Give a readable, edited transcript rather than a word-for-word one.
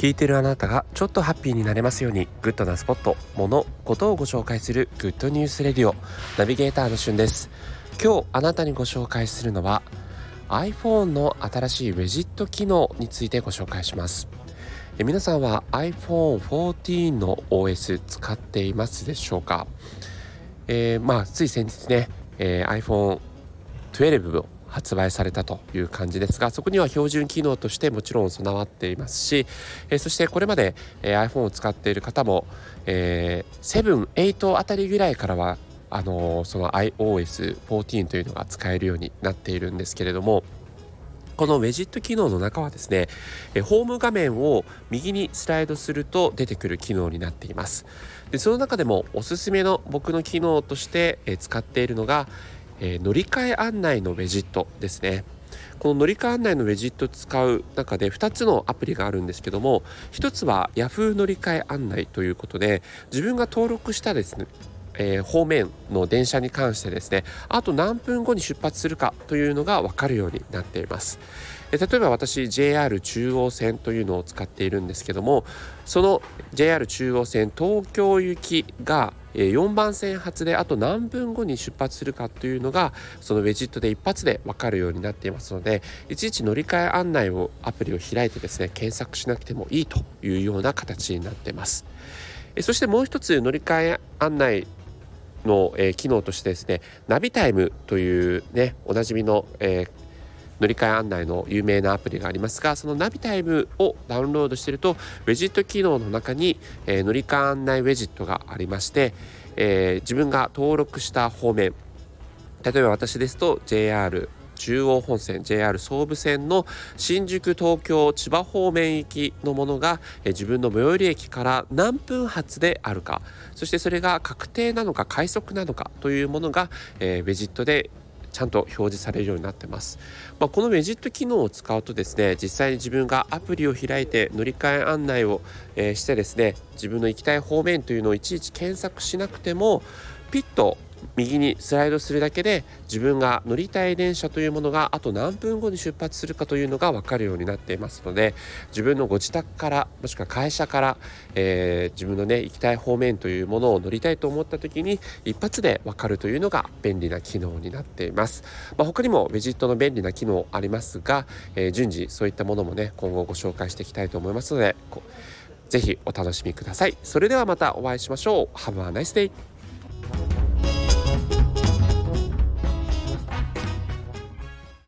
聞いてるあなたがちょっとハッピーになれますように、グッドなスポット、物、ことをご紹介するグッドニュースレディオ、ナビゲーターのしゅんです。今日あなたにご紹介するのは iPhone の新しいウェジット機能についてご紹介します。皆さんは iPhone 14の OS 使っていますでしょうか？つい先日ね、iPhone 12を発売されたという感じですが、そこには標準機能としてもちろん備わっていますし、そしてこれまで、iPhone を使っている方も、7、8あたりぐらいからはその iOS14 というのが使えるようになっているんですけれども、このウェジット機能の中はですね、ホーム画面を右にスライドすると出てくる機能になっています。でその中でもおすすめの僕の機能として、使っているのが、乗り換え案内のウェジットですね。この乗り換え案内のウェジットを使う中で2つのアプリがあるんですけども、1つは Yahoo 乗り換え案内ということで、自分が登録したですね方面の電車に関してですね、あと何分後に出発するかというのが分かるようになっています。例えば私 JR 中央線というのを使っているんですけども、その JR 中央線東京行きが4番線発であと何分後に出発するかというのがそのウェジットで一発で分かるようになっていますので、いちいち乗り換え案内をアプリを開いてですね検索しなくてもいいというような形になっています。そしてもう一つ乗り換え案内の、機能としてですね、ナビタイムというねおなじみの、乗り換え案内の有名なアプリがありますが、そのナビタイムをダウンロードしているとウェジット機能の中に、乗り換え案内ウェジットがありまして、自分が登録した方面、例えば私ですと JR 中央本線 JR 総武線の新宿東京千葉方面行きのものが自分の最寄り駅から何分発であるか、そしてそれが確定なのか快速なのかというものがウェジットでちゃんと表示されるようになってます。このウェジット機能を使うとですね、実際に自分がアプリを開いて乗り換え案内をしてですね、自分の行きたい方面というのをいちいち検索しなくてもピッと右にスライドするだけで自分が乗りたい電車というものがあと何分後に出発するかというのが分かるようになっていますので、自分のご自宅からもしくは会社から、自分のね行きたい方面というものを乗りたいと思った時に一発で分かるというのが便利な機能になっています。他にもウェジットの便利な機能ありますが、順次そういったものもね今後ご紹介していきたいと思いますので、ぜひお楽しみください。それではまたお会いしましょう。Have a nice day!